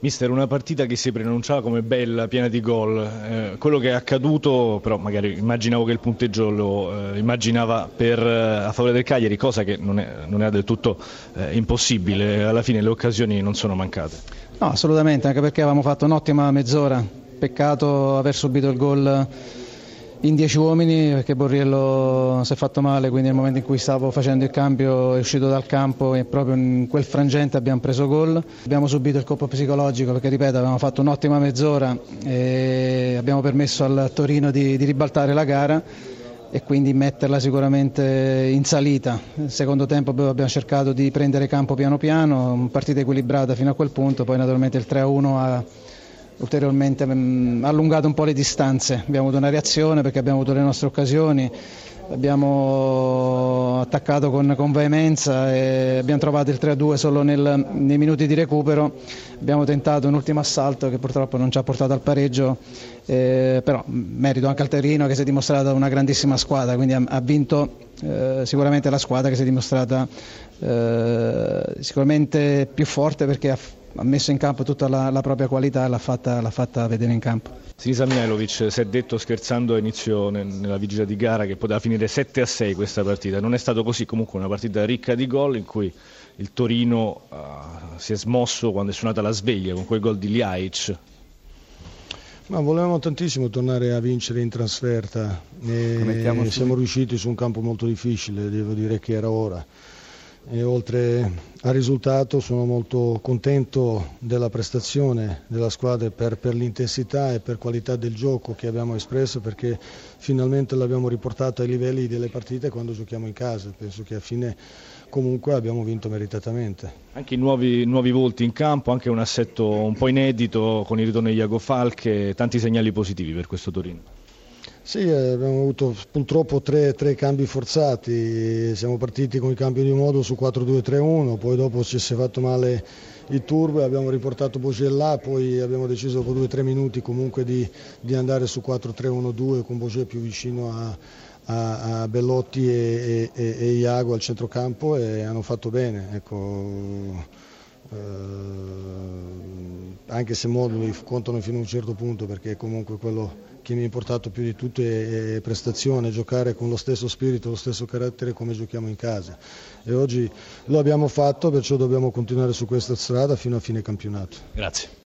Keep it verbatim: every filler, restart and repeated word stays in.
Mister, una partita che si preannunciava come bella, piena di gol, eh, quello che è accaduto, però magari immaginavo che il punteggio lo eh, immaginava per, eh, a favore del Cagliari, cosa che non è, non è del tutto eh, impossibile, alla fine le occasioni non sono mancate. No, assolutamente, anche perché avevamo fatto un'ottima mezz'ora, peccato aver subito il gol in dieci uomini perché Borriello si è fatto male, quindi nel momento in cui stavo facendo il cambio è uscito dal campo e proprio in quel frangente abbiamo preso gol. Abbiamo subito il colpo psicologico perché, ripeto, avevamo fatto un'ottima mezz'ora e abbiamo permesso al Torino di, di ribaltare la gara e quindi metterla sicuramente in salita. Nel secondo tempo abbiamo cercato di prendere campo piano piano, partita equilibrata fino a quel punto, poi naturalmente il tre a uno ha ulteriormente mh, allungato un po' le distanze. Abbiamo avuto una reazione perché abbiamo avuto le nostre occasioni, abbiamo attaccato con, con veemenza e abbiamo trovato il tre a due solo nel, nei minuti di recupero. Abbiamo tentato un ultimo assalto che purtroppo non ci ha portato al pareggio, eh, però merito anche al Torino che si è dimostrata una grandissima squadra, quindi ha, ha vinto eh, sicuramente la squadra che si è dimostrata eh, sicuramente più forte perché ha ha messo in campo tutta la, la propria qualità e l'ha fatta, l'ha fatta vedere in campo. Sinisa Mihajlović si è detto scherzando a inizio nella vigilia di gara che poteva finire sette a sei questa partita, non è stato così, comunque una partita ricca di gol in cui il Torino uh, si è smosso quando è suonata la sveglia con quel gol di Ljajic. Ma volevamo tantissimo tornare a vincere in trasferta e siamo riusciti su un campo molto difficile, devo dire che era ora. E oltre al risultato sono molto contento della prestazione della squadra per, per l'intensità e per qualità del gioco che abbiamo espresso, perché finalmente l'abbiamo riportato ai livelli delle partite quando giochiamo in casa. Penso che a fine comunque abbiamo vinto meritatamente. Anche i nuovi, nuovi volti in campo, anche un assetto un po' inedito con il ritorno di Iago Falche, tanti segnali positivi per questo Torino. Sì, abbiamo avuto purtroppo tre, tre cambi forzati, siamo partiti con il cambio di modo su quattro due tre uno, poi dopo ci si è fatto male il turbo e abbiamo riportato Boget là, poi abbiamo deciso dopo due o tre minuti comunque di, di andare su quattro tre uno due con Boget più vicino a, a, a Bellotti e, e, e Iago al centrocampo e hanno fatto bene. Ecco, eh, anche se moduli contano fino a un certo punto perché comunque quello che mi ha importato più di tutto è, è prestazione, giocare con lo stesso spirito, lo stesso carattere come giochiamo in casa e oggi lo abbiamo fatto, perciò dobbiamo continuare su questa strada fino a fine campionato. Grazie.